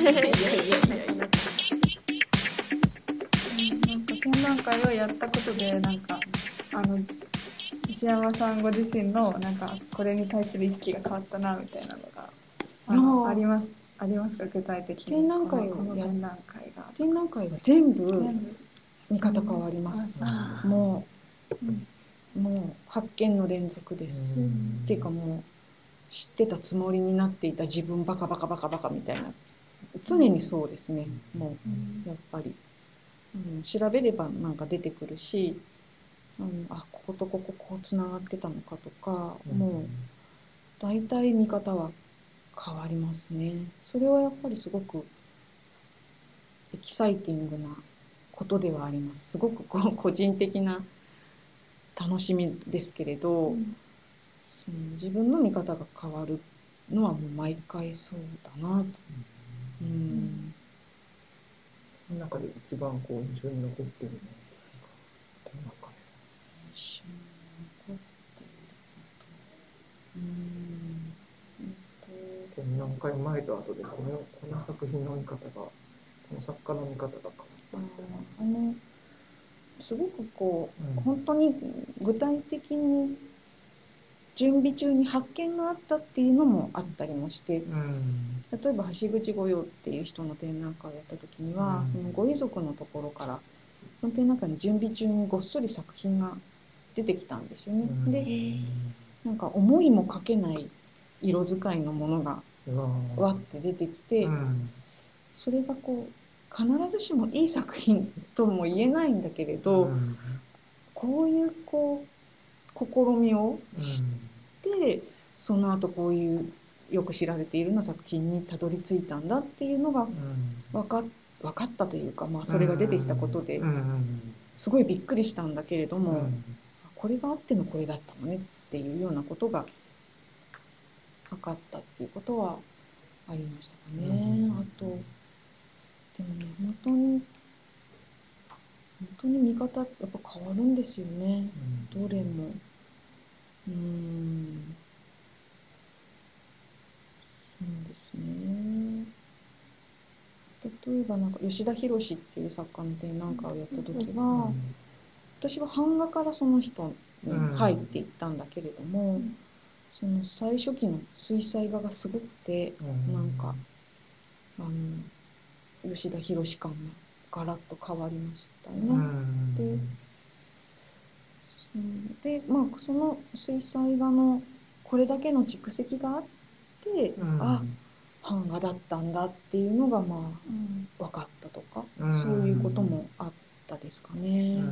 展覧会をやったことで、石山さんご自身の、これに対する意識が変わったな、みたいなのが、ありますか、具体的に。 展覧会は全部、見方変わります。もう発見の連続です。っていうかもう、知ってたつもりになっていた自分バカみたいな。常にそうですね。もう、やっぱり。調べれば出てくるし、こことこう繋がってたのかとか、もう、大体見方は変わりますね。それはやっぱりすごく、エキサイティングなことではあります。すごく個人的な楽しみですけれど、自分の見方が変わるのはもう毎回そうだなと。 その中で一番印象に残っているのは展覧会前と後でこの作品の見方が、この作家の見方が変わった。 すごく本当に具体的に準備中に発見があったっていうのもあったりもして、例えば橋口御用っていう人の展覧会をやった時には、そのご遺族のところからその展覧会の準備中にごっそり作品が出てきたんですよね。で、思いもかけない色使いのものがわって出てきて、それが必ずしもいい作品とも言えないんだけれど、こういう試みをして、その後こういうよく知られているような作品にたどり着いたんだっていうのが分かったというか、それが出てきたことで、すごいびっくりしたんだけれども、これがあってのこれだったのねっていうようなことが分かったっていうことはありましたかね。あと、でもね、本当に見方やっぱ変わるんですよね。どれも。そうですね。例えば吉田博っていう作家の展覧会をやった時は、私は版画からその人に入っていったんだけれども、その最初期の水彩画がすごくて、吉田博感がガラッと変わりましたね。で、その水彩画のこれだけの蓄積があって、版画だったんだっていうのが分かったとか、そういうこともあったですかね。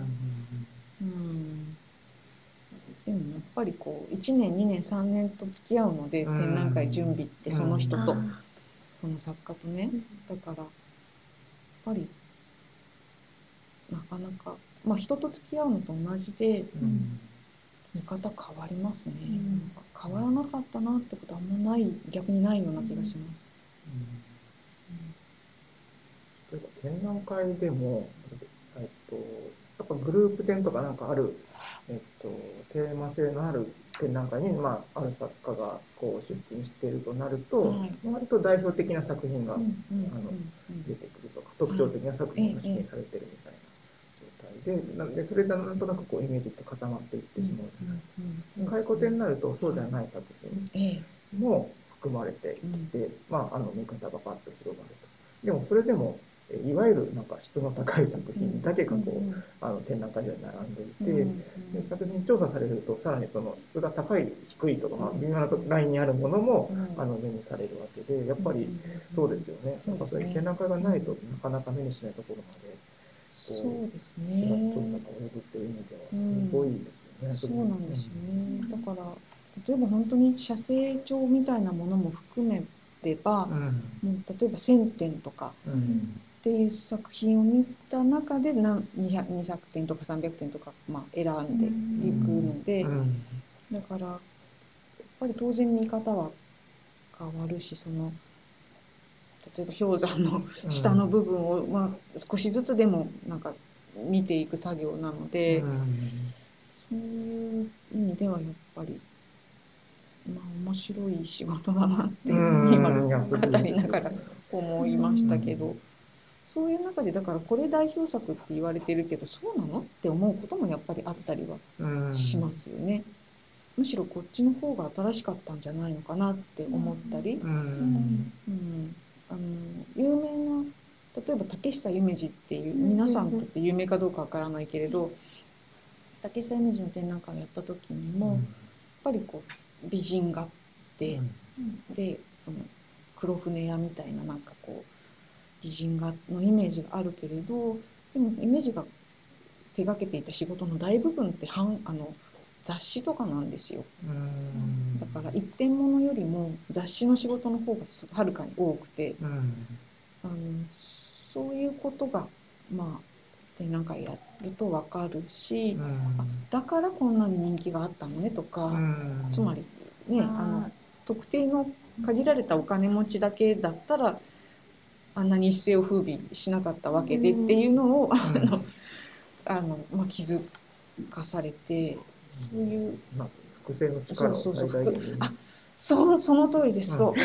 でもやっぱり1年、2年、3年と付き合うので、展覧会準備ってその人と、その作家とね。だから、やっぱり、なかなか、人と付き合うのと同じで、見方変わりますね。変わらなかったなってことはあんま逆にないような気がします。 例えば展覧会でも、やっぱグループ展とかある、テーマ性のある展覧会に、ある作家が出品しているとなると、割と代表的な作品が出てくるとか、特徴的な作品が出品されているみたいな状態で、それでなんとなくイメージって固まっていってしまうじゃないですか。回顧展になるとそうじゃない作品も含まれていて、見方がパッと広がると。でもそれでもいわゆる質の高い作品だけが展覧会では並んでいて、で作品調査されるとさらにその質が高い低いとか、微妙なラインにあるものも目にされるわけで、やっぱりそうですよね。そういう展覧会がないとなかなか目にしないところまでそうですね。 調査が及ぶっていう意味ではすごいですよね。 そうなんですよね。だから例えば本当に写生帳みたいなものも含めれば、例えば1000点とかっていう作品を見た中で200点とか300点とか選んでいくので、だからやっぱり当然見方は変わるし、例えば氷山の下の部分を少しずつでも見ていく作業なので、そういう意味ではやっぱりまあ、面白い仕事だなって今語りながら思いましたけど、そういう中でだからこれ代表作って言われてるけどそうなのって思うこともやっぱりあったりはしますよね。むしろこっちの方が新しかったんじゃないのかなって思ったり、有名な例えば竹久夢二っていう皆さんにとって有名かどうかわからないけれど、竹久夢二の展覧会をやった時にも、やっぱりこう美人画って、でその黒船屋みたいななんかこう美人画のイメージがあるけれど、でもイメージが手がけていた仕事の大部分って雑誌とかなんですよ。だから一点物よりも雑誌の仕事の方がはるかに多くて、そういうことがまあ展覧会やると分かるし、だからこんなに人気があったのねとか、つまりね、特定の限られたお金持ちだけだったらあんなに一世を風靡しなかったわけでっていうのを気づかされて、そういう、 複製の力を最大限に。 その通りです。そう、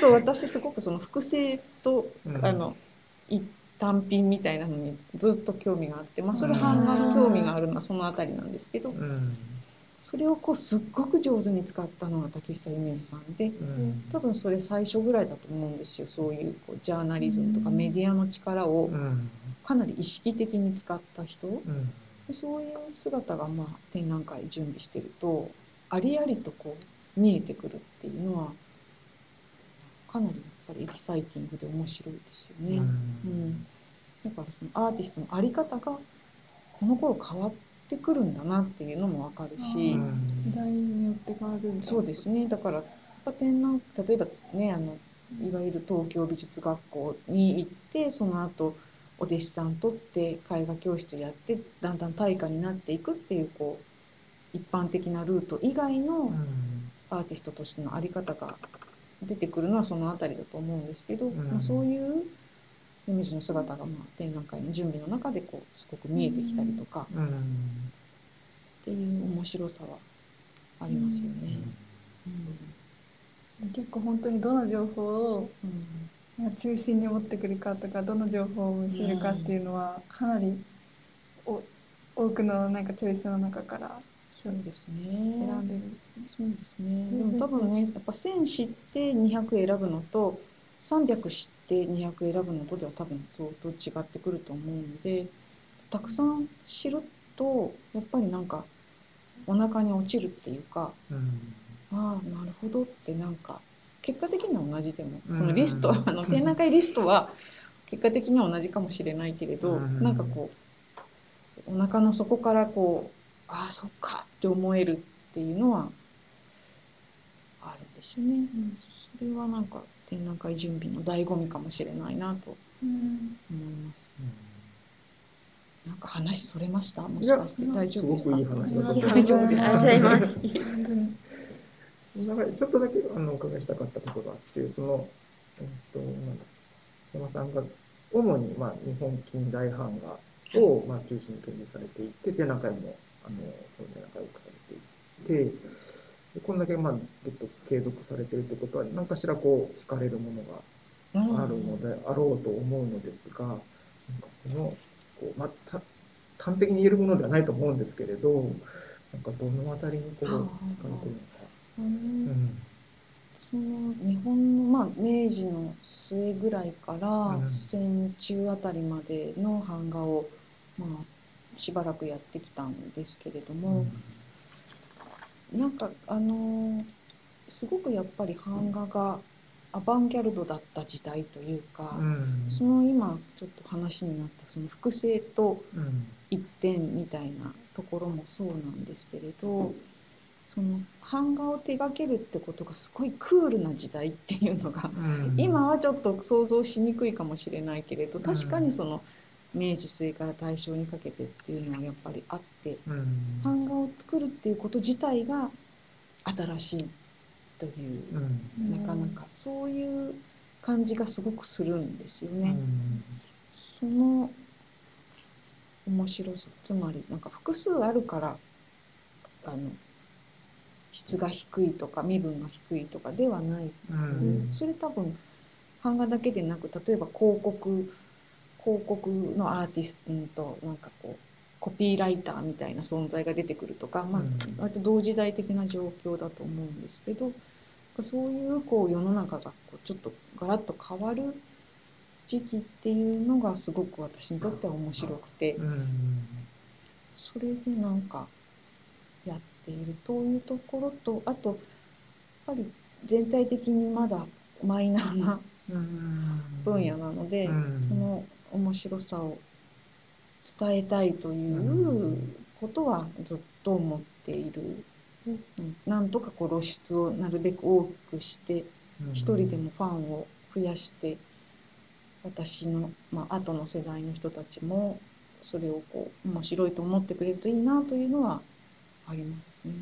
私すごくその複製と、単品みたいなのにずっと興味があって、それ版画の興味があるのはそのあたりなんですけど、それをこうすっごく上手に使ったのが竹久夢二さんで、多分それ最初ぐらいだと思うんですよ。そういうジャーナリズムとかメディアの力をかなり意識的に使った人、そういう姿が展覧会準備してるとありありとこう見えてくるっていうのはかなりやっぱりエキサイティングで面白いですよね。だからそのアーティストの在り方がこの頃変わってくるんだなっていうのもわかるし、 時代によって変わるんだ。 そうですね。だから例えばね、いわゆる東京美術学校に行ってその後お弟子さんとって絵画教室やってだんだん大家になっていくっていうこう一般的なルート以外のアーティストとしての在り方が出てくるのはその辺りだと思うんですけど、そういうイメージの姿が展覧会の準備の中でこうすごく見えてきたりとかっていう面白さはありますよね。 結構本当にどの情報を中心に持ってくるかとか、どの情報を見せるかっていうのはかなり多くのなんかチョイスの中からそうですね。 選んでるんですね。 そうですね。でも多分ね、やっぱ1000知って200選ぶのと300知って200選ぶのとでは多分相当違ってくると思うので、たくさん知るとやっぱりなんかお腹に落ちるっていうか、ああなるほどってなんか結果的には同じでもそのリスト展覧会リストは結果的には同じかもしれないけれど、なんかこうお腹の底からこうああそっかって思えるっていうのはあるんですよね。それはなんか展覧会準備の醍醐味かもしれないなと思います。なんか話それました？もしかして大丈夫ですか？ すごくいい話だと思います。 大丈夫ですか？ ありがとうございます。 ちょっとだけお伺いしたかったことがあって、その山さんが主に日本近代版画を中心に展示されていて、展覧会もその展覧会をされていて、こんだけずっと継続されているということは、何かしらこう惹かれるものがあるのであろうと思うのですが、なんかその端的に言えるものではないと思うんですけれど、なんかどのあたりにこう惹かれているのか。 その日本の、明治の末ぐらいから戦中あたりまでの版画を、しばらくやってきたんですけれども、なんかすごくやっぱり版画がアバンギャルドだった時代というか、その今ちょっと話になったその複製と一点みたいなところもそうなんですけれど、その版画を手掛けるってことがすごいクールな時代っていうのが、今はちょっと想像しにくいかもしれないけれど、確かにその明治末から大正にかけてっていうのはやっぱりあって、版画を作るっていうこと自体が新しいという、なかなかそういう感じがすごくするんですよね。その面白さ、つまりなんか複数あるから質が低いとか身分が低いとかではない、それ多分版画だけでなく、例えば広告のアーティストとなんかこうコピーライターみたいな存在が出てくるとか、割と同時代的な状況だと思うんですけど、そういうこう世の中がこうちょっとガラッと変わる時期っていうのがすごく私にとっては面白くて、それでなんかやっているというところと、あとやっぱり全体的にまだマイナーな分野なので、その面白さを伝えたいということはずっと思っている。なんとかこう露出をなるべく多くして、一人でもファンを増やして、私の、後の世代の人たちもそれをこう面白いと思ってくれるといいなというのはありますね。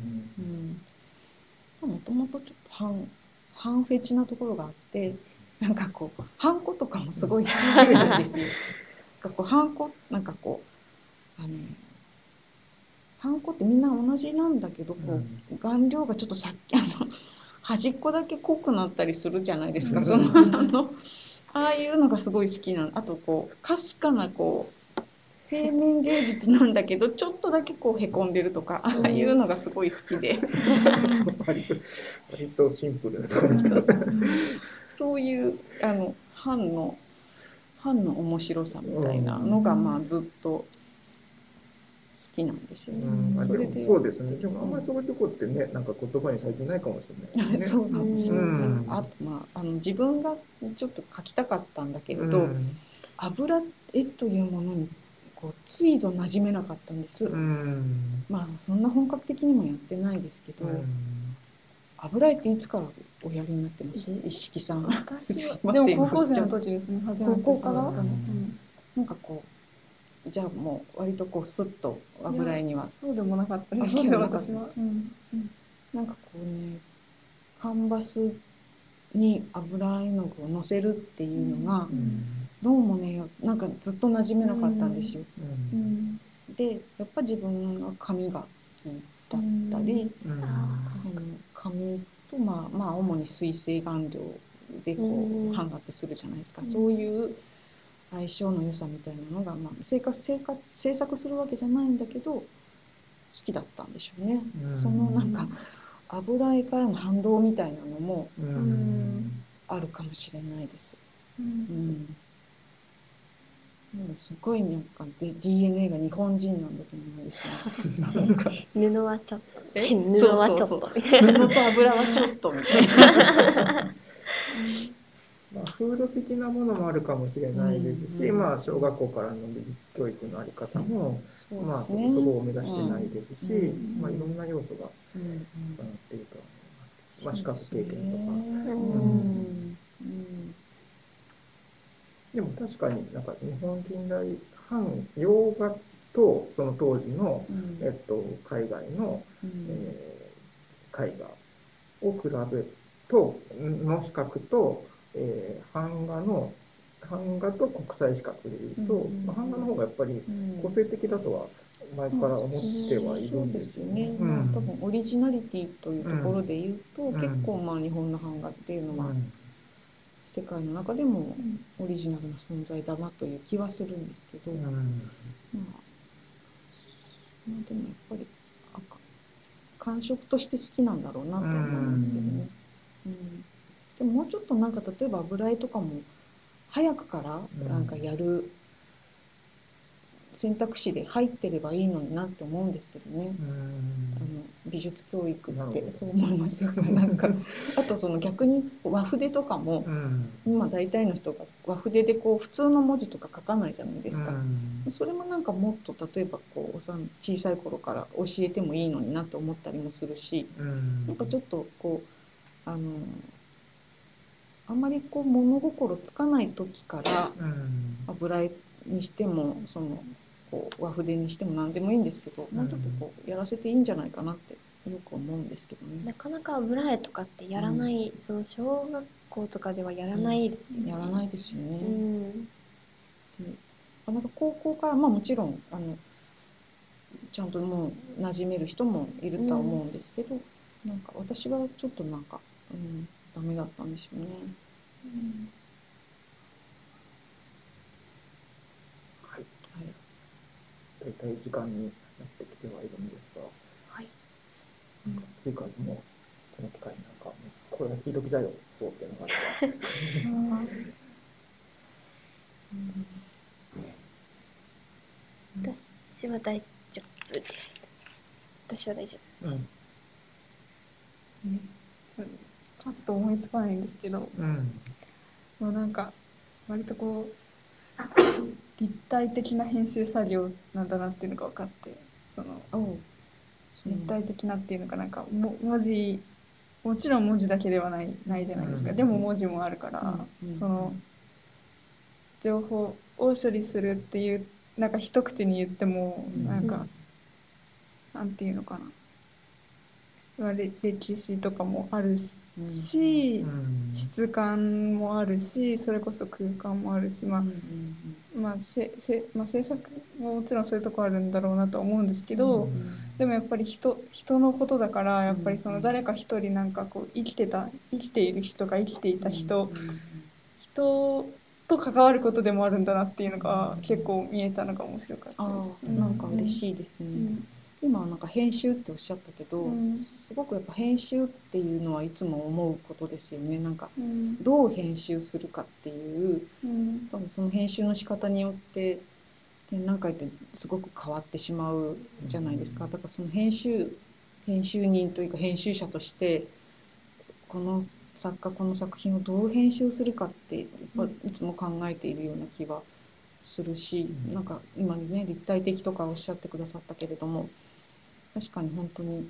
もともとちょっと反フェチなところがあって、なんかこうハンコとかもすごい好きなんですよ。ハンコなんかこうハンコってみんな同じなんだけど、こう顔料がちょっと端っこだけ濃くなったりするじゃないですか。ああいうのがすごい好きなの。あとこうかすかなこう平面芸術なんだけどちょっとだけこうへこんでるとか、ああいうのがすごい好きで割とシンプルなそういう版の面白さみたいなのがずっと好きなんですよね。 それでそうですね。でもあんまりそういうとこってね、なんか言葉に最近ないかもしれないですね。 そうなんですよ。あと自分がちょっと描きたかったんだけれど、油絵というものにこうついぞ馴染めなかったんです。そんな本格的にもやってないですけど、油絵っていつからおやりになってます？一色さん。 私はでも高校生の時ですね。初めて高校からなんかこうじゃあもう割とこうスッと油絵には。 そうでもなかったですけど、私は。 なんかこうね、カンバスに油絵の具をのせるっていうのが、どうもね、なんかずっと馴染めなかったんですよ。で、やっぱ自分は紙が好きだったり、紙と主に水性顔料でこう版画ってするじゃないですか。そういう相性の良さみたいなのが、制作するわけじゃないんだけど好きだったんでしょうね。そのなんか油絵からの反動みたいなのもあるかもしれないです。すごいなんか DNA が日本人なんだと思うんですよ。 布はちょっと、 布はちょっと、布と油はちょっとみたいな。 風土的なものもあるかもしれないですし、小学校からの美術教育のあり方も、そこを目指してないですし、いろんな要素が重なっていると思います。視覚経験とか。でも確かになんか日本近代洋画とその当時の、海外の、絵画を比べとの比較と、版画と国際比較でいうと、版画の方がやっぱり個性的だとは前から思ってはいるんですよね。 多分オリジナリティというところで言うと、結構日本の版画っていうのは、世界の中でもオリジナルな存在だなという気はするんですけど、でもやっぱり感触として好きなんだろうなと思いますけどね。でももうちょっとなんか例えば油絵とかも早くからなんかやる選択肢で入ってればいいのになって思うんですけどね。美術教育ってそう思いますよ。なんかあとその逆に和筆とかも、今大体の人が和筆でこう普通の文字とか書かないじゃないですか。それもなんかもっと例えばこう小さい頃から教えてもいいのになって思ったりもするし、なんかちょっとこうあんまりこう物心つかない時から油絵にしてもこう和筆にしても何でもいいんですけど、もうちょっとこうやらせていいんじゃないかなってよく思うんですけどね。 なかなか油絵とかってやらない、その小学校とかではやらないですよね。 やらないですよね。なんか高校からもちろんちゃんともう馴染める人もいるとは思うんですけど、 なんか私はちょっとなんか、ダメだったんでしょうね。 はい。大体時間になってきてはいるんですが、 はい。 追加でもこの機会になんか、これが聞いときだよ、そうっていうのがあれば。 私は大丈夫です。私は大丈うん。 パッと思いつかないんですけど、 うん。 もうなんか、割とこう、立体的な編集作業なんだなっていうのが分かって、立体的なっていうのが、なんか文字、もちろん文字だけではないじゃないですか。でも文字もあるから、その、情報を処理するっていう、なんか一口に言っても、なんか、なんていうのかな。歴史とかもあるし、質感もあるし、それこそ空間もあるし、制作ももちろんそういうとこあるんだろうなと思うんですけど、でもやっぱり人のことだから、やっぱりその誰か一人なんかこう生きている人が生きていた人と関わることでもあるんだなっていうのが結構見えたのが面白かったです。 なんか嬉しいですね。今なんか編集っておっしゃったけど、すごくやっぱ編集っていうのはいつも思うことですよね。なんかどう編集するかっていう、多分その編集の仕方によって展覧会ってすごく変わってしまうじゃないですか。だからその編集人というか編集者としてこの作家この作品をどう編集するかってやっぱいつも考えているような気はするし、なんか今ね立体的とかおっしゃってくださったけれども、確かに本当に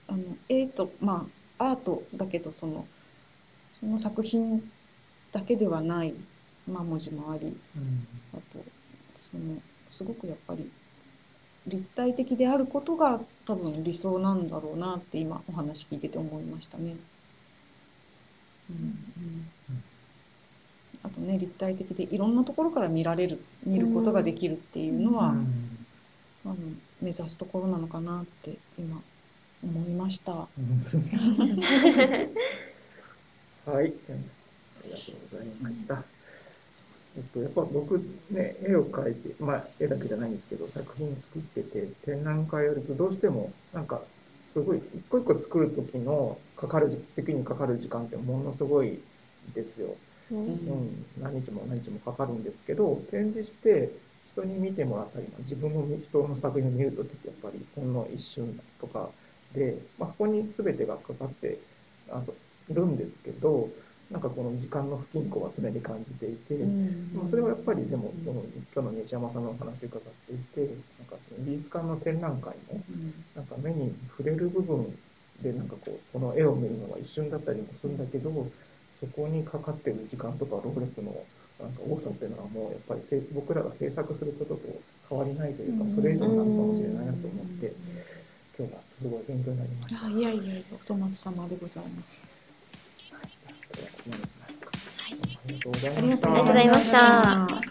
アートだけどその作品だけではない、文字もあり、あとすごくやっぱり立体的であることが多分理想なんだろうなって今お話聞いてて思いましたね。あとね、立体的でいろんなところから見ることができるっていうのは、目指すところなのかなって今思いました。はい、 ありがとうございました。やっぱ僕ね、絵を描いて、絵だけじゃないんですけど、作品作ってて、展覧会やるとどうしても、なんか、すごい、一個一個作る時の時にかかる時間ってものすごいですよ。何日も何日もかかるんですけど、展示して人に見てもらったり、自分の人の作品を見るときってやっぱりほんの一瞬とかで、ここに全てがかかっているんですけど、なんかこの時間の不均衡は常に感じていて、それはやっぱりでも、今日の西山さんのお話を伺っていて、なんかその美術館の展覧会も、なんか目に触れる部分で、なんかこの絵を見るのは一瞬だったりもするんだけど、そこにかかっている時間とか労力のなんか多さっていうのはもうやっぱり僕らが制作することと変わりないというか、それ以上になるかもしれないなと思って、今日はすごい勉強になりました。 いやいやいや、お粗末様でございます。 ありがとうございました。